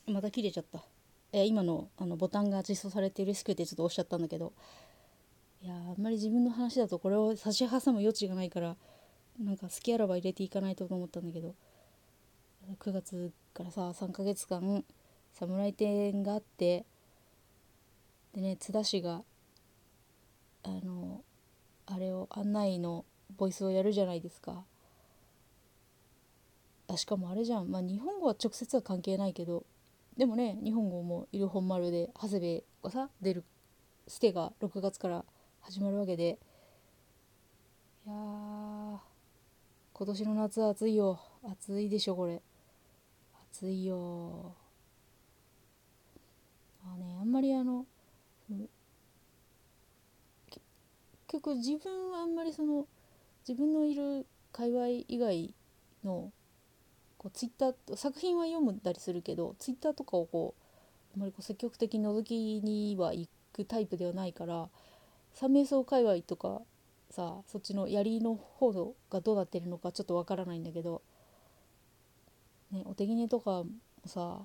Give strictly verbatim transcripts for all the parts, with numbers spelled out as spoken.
また切れちゃった。いや今のあのボタンが実装されて嬉しくてちょっと押しちゃったんだけど、いやあんまり自分の話だとこれを差し挟む余地がないから、なんか好きあらば入れていかないとと思ったんだけど、くがつからささんかげつかん侍展があって、でね津田氏があのあれを案内のボイスをやるじゃないですか。あしかもあれじゃん、まあ日本語は直接は関係ないけど、でもね日本語もいる本丸で長谷部がさ出るステがろくがつから始まるわけで、いやー今年の夏は暑いよ。暑いでしょこれ。暑いよ。あねあんまりあの結局自分はあんまりその自分のいる界隈以外のこうツイッター作品は読むたりするけど、ツイッターとかをこうあまりこう積極的に覗きには行くタイプではないから、三名荘界隈とかさそっちの槍の方がどうなってるのかちょっとわからないんだけど、ね、お手ぎねとかもさ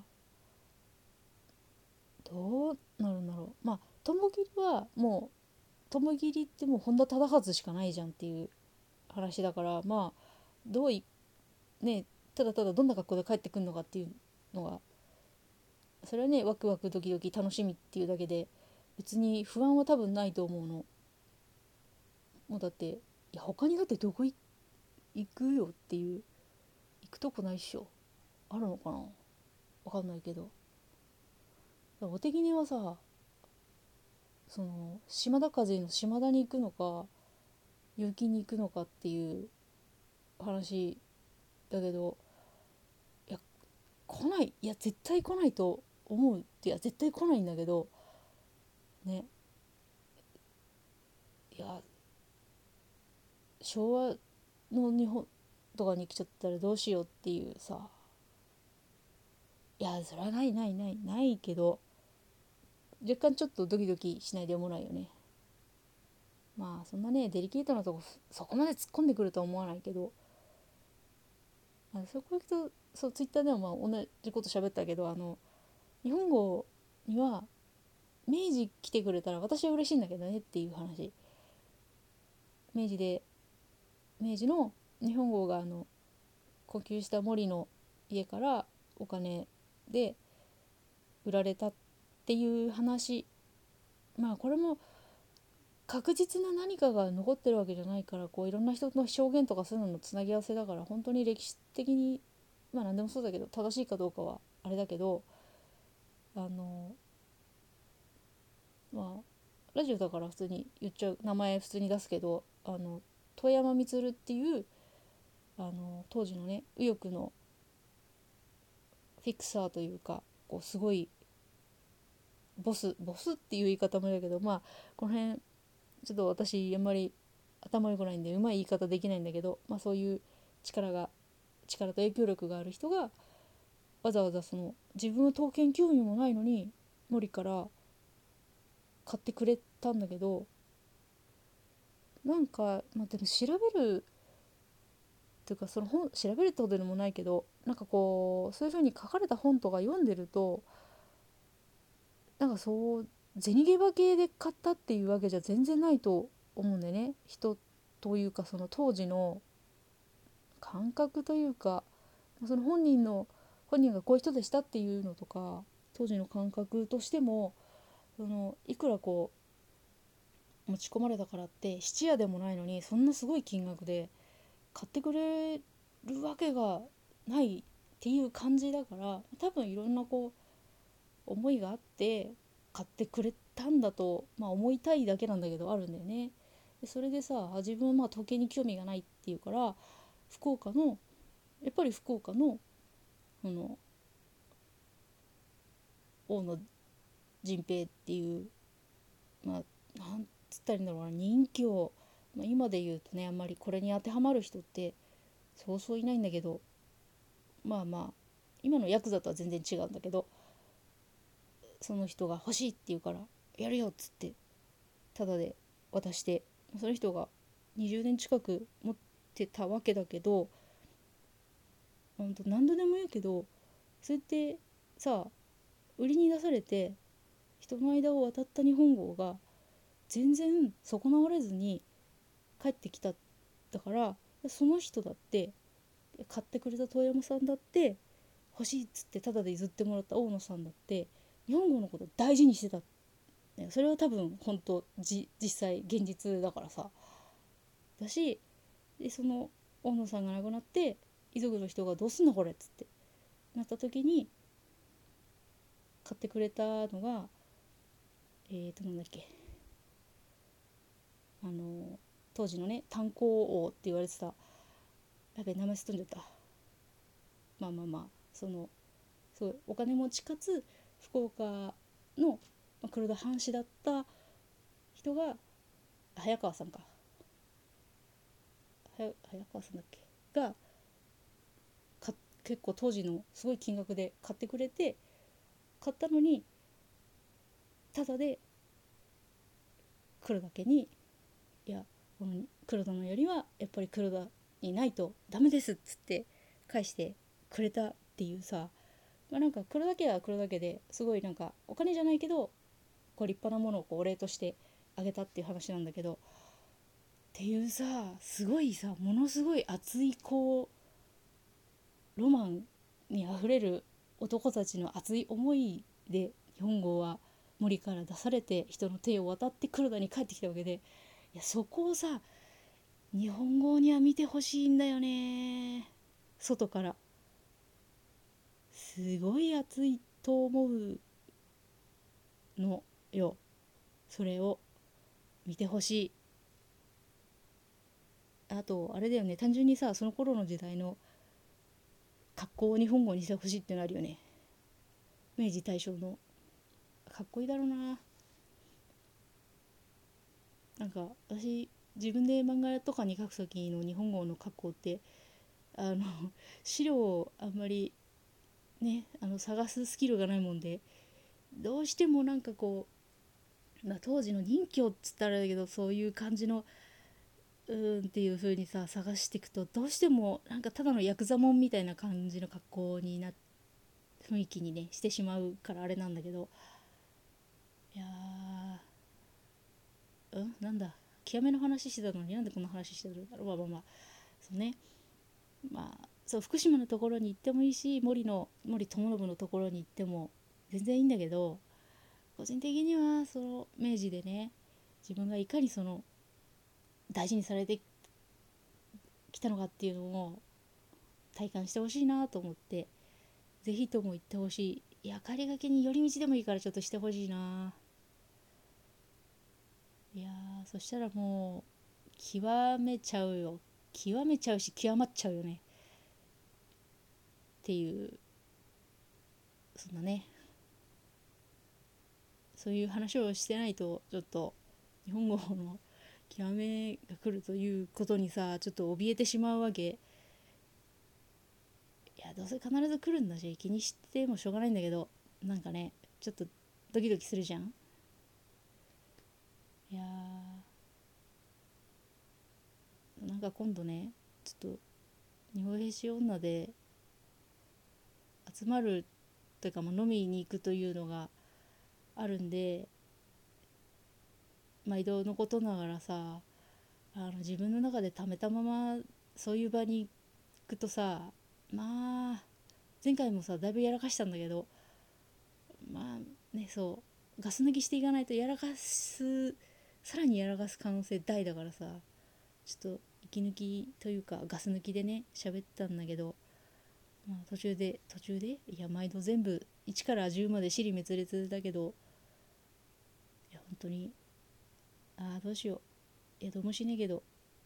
どうなるんだろう。まあともぎりはもうともぎりってもう本田忠勝しかないじゃんっていう話だから、まあどういねただただどんな格好で帰ってくるのかっていうのが、それはねワクワクドキドキ楽しみっていうだけで別に不安は多分ないと思うの。もうだっていや他にだってどこ行くよっていう、行くとこないっしょ。あるのかな、わかんないけど。お手ぎねはさその島田風の島田に行くのか結城に行くのかっていう話だけど、いや来ない、いや絶対来ないと思うって、いや絶対来ないんだけどね。いや昭和の日本とかに来ちゃったらどうしようっていうさ、いやそれはないないないないけど、若干ちょっとドキドキしないでもないよね。まあそんなねデリケートなとこそこまで突っ込んでくるとは思わないけど、あそこ行くとそうツイッターでもまあ同じこと喋ったけど、あの日本語には明治来てくれたら私は嬉しいんだけどねっていう話。明治で明治の日本号があの呼吸した森の家からお金で売られたっていう話。まあこれも確実な何かが残ってるわけじゃないから、こういろんな人の証言とかそういうののつなぎ合わせだから、本当に歴史的にまあ何でもそうだけど正しいかどうかはあれだけど、あのまあラジオだから普通に言っちゃう、名前普通に出すけど、あの遠山満っていうあの当時のね右翼のフィクサーというか、こうすごいボスボスっていう言い方もだけど、まあこの辺ちょっと私あんまり頭良くないんでうまい言い方できないんだけど、まあそういう力が力と影響力がある人がわざわざその自分は刀剣興味もないのに森から買ってくれたんだけど、なんか、まあ、でも調べるっていうか、その本調べるってことでもないけど、なんかこうそういう風に書かれた本とか読んでると、なんかそう銭ゲバ系で買ったっていうわけじゃ全然ないと思うんだよね。人というかその当時の感覚というか、その本人の本人がこういう人でしたっていうのとか、当時の感覚としても、そのいくらこう持ち込まれたからって質屋でもないのにそんなすごい金額で買ってくれるわけがないっていう感じだから、多分いろんなこう思いがあって買ってくれたんだと、まあ、思いたいだけなんだけどあるんだよね。でそれでさ自分はまあ時計に興味がないっていうから、福岡のやっぱり福岡のその大野仁平っていう、まあなんつったらいいんだろうな、人気を、まあ、今で言うとねあんまりこれに当てはまる人ってそうそういないんだけど、まあまあ今のヤクザとは全然違うんだけど、その人が欲しいって言うからやるよっつってタダで渡して、その人がにじゅうねん近く持ってたわけだけど、ほんと何度でも言うけど、それってさ売りに出されて人の間を渡った日本号が全然損なわれずに帰ってきた。だからその人だって買ってくれた遠山さんだって欲しいっつってタダで譲ってもらった大野さんだって日本語のこと大事にしてた。それは多分本当じ実際現実だからさ。だしでその大野さんが亡くなって遺族の人がどうすんのこれっつってなった時に買ってくれたのがえーとなんだっけあの当時のね炭鉱王って言われてた、やべ名前すっ飛んじゃった。まあまあまあそのすごいお金持ちかつ福岡の、まあ、黒田藩士だった人が早川さんか早早川さんだっけがか結構当時のすごい金額で買ってくれて買ったのにただで黒田家にいやこの黒田のよりはやっぱり黒田にないとダメですっつって返してくれたっていうさ、まあ、なんか黒田家は黒田家ですごいなんかお金じゃないけどこう立派なものをこうお礼としてあげたっていう話なんだけどっていうさすごいさものすごい熱いこうロマンにあふれる男たちの熱い思いで日本号は森から出されて人の手を渡って黒田に帰ってきたわけで、いやそこをさ日本語には見てほしいんだよね。外からすごい熱いと思うのよ。それを見てほしい。あとあれだよね、単純にさその頃の時代の格好を日本語にしてほしいってのあるよね。明治大正のかっこいいだろうな。なんか私自分で漫画とかに書く時の日本語の格好ってあの資料をあんまりねあの探すスキルがないもんでどうしてもなんかこう、まあ、当時の任侠っつったらだけどそういう感じのうーんっていう風にさ探していくとどうしてもなんかただのヤクザモンみたいな感じの格好にな雰囲気にねしてしまうからあれなんだけど、いやーうんなんだ極めの話してたのになんでこんな話してるんだろう。まあまあまあそうね、まあそう福島のところに行ってもいいし森の森友信のところに行っても全然いいんだけど、個人的にはその明治でね自分がいかにその大事にされてきたのかっていうのを体感してほしいなと思ってぜひとも行ってほしい。いや帰りがけに寄り道でもいいからちょっとしてほしいな。いやーそしたらもう極めちゃうよ。極めちゃうし極まっちゃうよねっていうそんなねそういう話をしてないとちょっと日本語の極めが来るということにさちょっと怯えてしまうわけ。いやどうせ必ず来るんだし気にしてもしょうがないんだけどなんかねちょっとドキドキするじゃん。いやーなんか今度ねちょっと日本兵士女で集まるというか、まあ、飲みに行くというのがあるんで毎度のことながらさあの自分の中で溜めたままそういう場に行くとさまあ前回もさだいぶやらかしたんだけどまあねそうガス抜きしていかないとやらかすさらにやらかす可能性大だからさちょっと息抜きというかガス抜きでね喋ったんだけど、まあ、途中で途中でいや毎度全部いちからじゅうまで尻滅裂だけどいや本当にああどうしよういやどうもしねえけど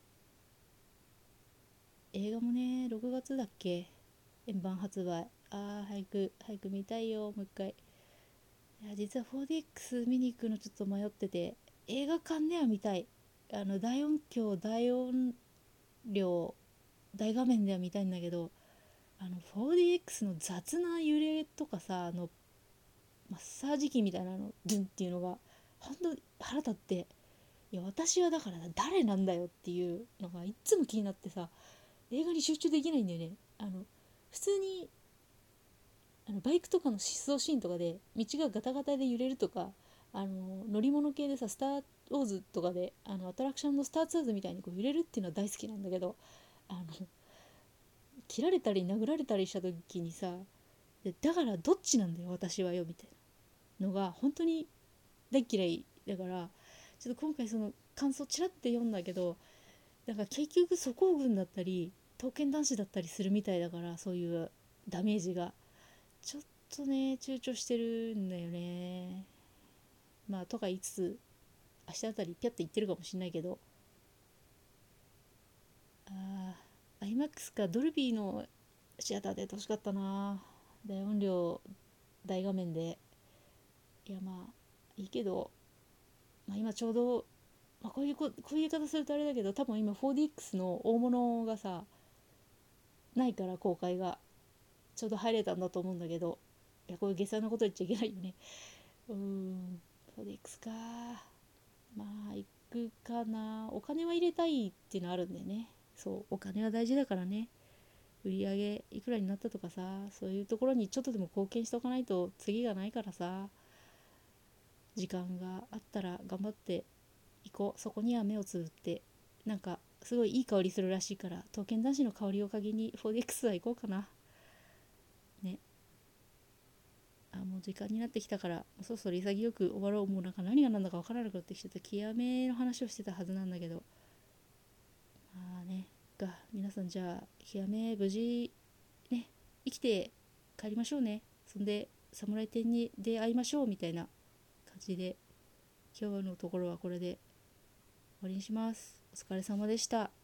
映画もねろくがつだっけ円盤発売。あー早く早く見たいよもう一回。いや実は フォーディーエックス 見に行くのちょっと迷ってて映画館では見たい。あの大音響大音量大画面では見たいんだけどあの フォーディーエックス の雑な揺れとかさあのマッサージ機みたいなのドゥンっていうのがほんと腹立って、いや私はだから誰なんだよっていうのがいつも気になってさ映画に集中できないんだよね。あの普通にあのバイクとかの疾走シーンとかで道がガタガタで揺れるとか、あの乗り物系でさ、スター・ウォーズとかであのアトラクションのスター・ツアーズみたいにこう揺れるっていうのは大好きなんだけど、あの切られたり殴られたりした時にさ、だからどっちなんだよ私はよみたいなのが本当に大嫌いだから、ちょっと今回その感想ちらって読んだけど、なんか結局素行軍だったり刀剣男子だったりするみたいだから、そういうダメージがちょっとね躊躇してるんだよね。まあとか言いつつ明日あたりピャッて言ってるかもしんないけど、あー アイマックス かドルビーのシアターでやってほしかったな。大音量大画面で。いやまあいいけど、まあ、今ちょうど、まあ、こういうここういう言い方するとあれだけど、多分今 フォーディーエックス の大物がさないから公開がちょうど入れたんだと思うんだけど、いやこういう下世話なこと言っちゃいけないよね。うーん フォーディーエックス か。まあ行くかな。お金は入れたいっていうのあるんだよね。そうお金は大事だからね。売り上げいくらになったとかさ、そういうところにちょっとでも貢献しておかないと次がないからさ、時間があったら頑張って行こう。そこには目をつぶって、なんかすごいいい香りするらしいから、刀剣男子の香りを嗅ぎに フォーディーエックス は行こうかな。ね。あもう時間になってきたから、そろそろ潔く終わろう。もうなんか何が何だか分からなくなってきてた。極めの話をしてたはずなんだけど、まあねが皆さん、じゃあ極め無事ね生きて帰りましょうね。そんで侍店に出会いましょうみたいな感じで、今日のところはこれで終わりにします。お疲れ様でした。